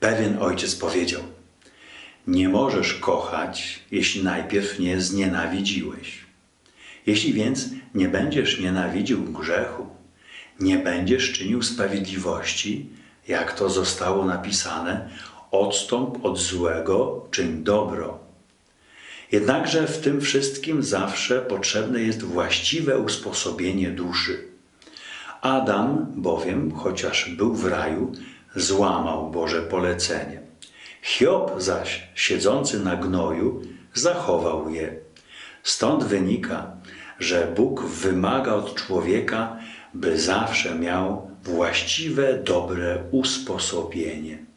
Pewien ojciec powiedział: nie możesz kochać, jeśli najpierw nie znienawidziłeś. Jeśli więc nie będziesz nienawidził grzechu, nie będziesz czynił sprawiedliwości, jak to zostało napisane, odstąp od złego, czyń dobro. Jednakże w tym wszystkim zawsze potrzebne jest właściwe usposobienie duszy. Adam bowiem, chociaż był w raju, złamał Boże polecenie. Hiob zaś, siedzący na gnoju, zachował je. Stąd wynika, że Bóg wymaga od człowieka, by zawsze miał właściwe, dobre usposobienie.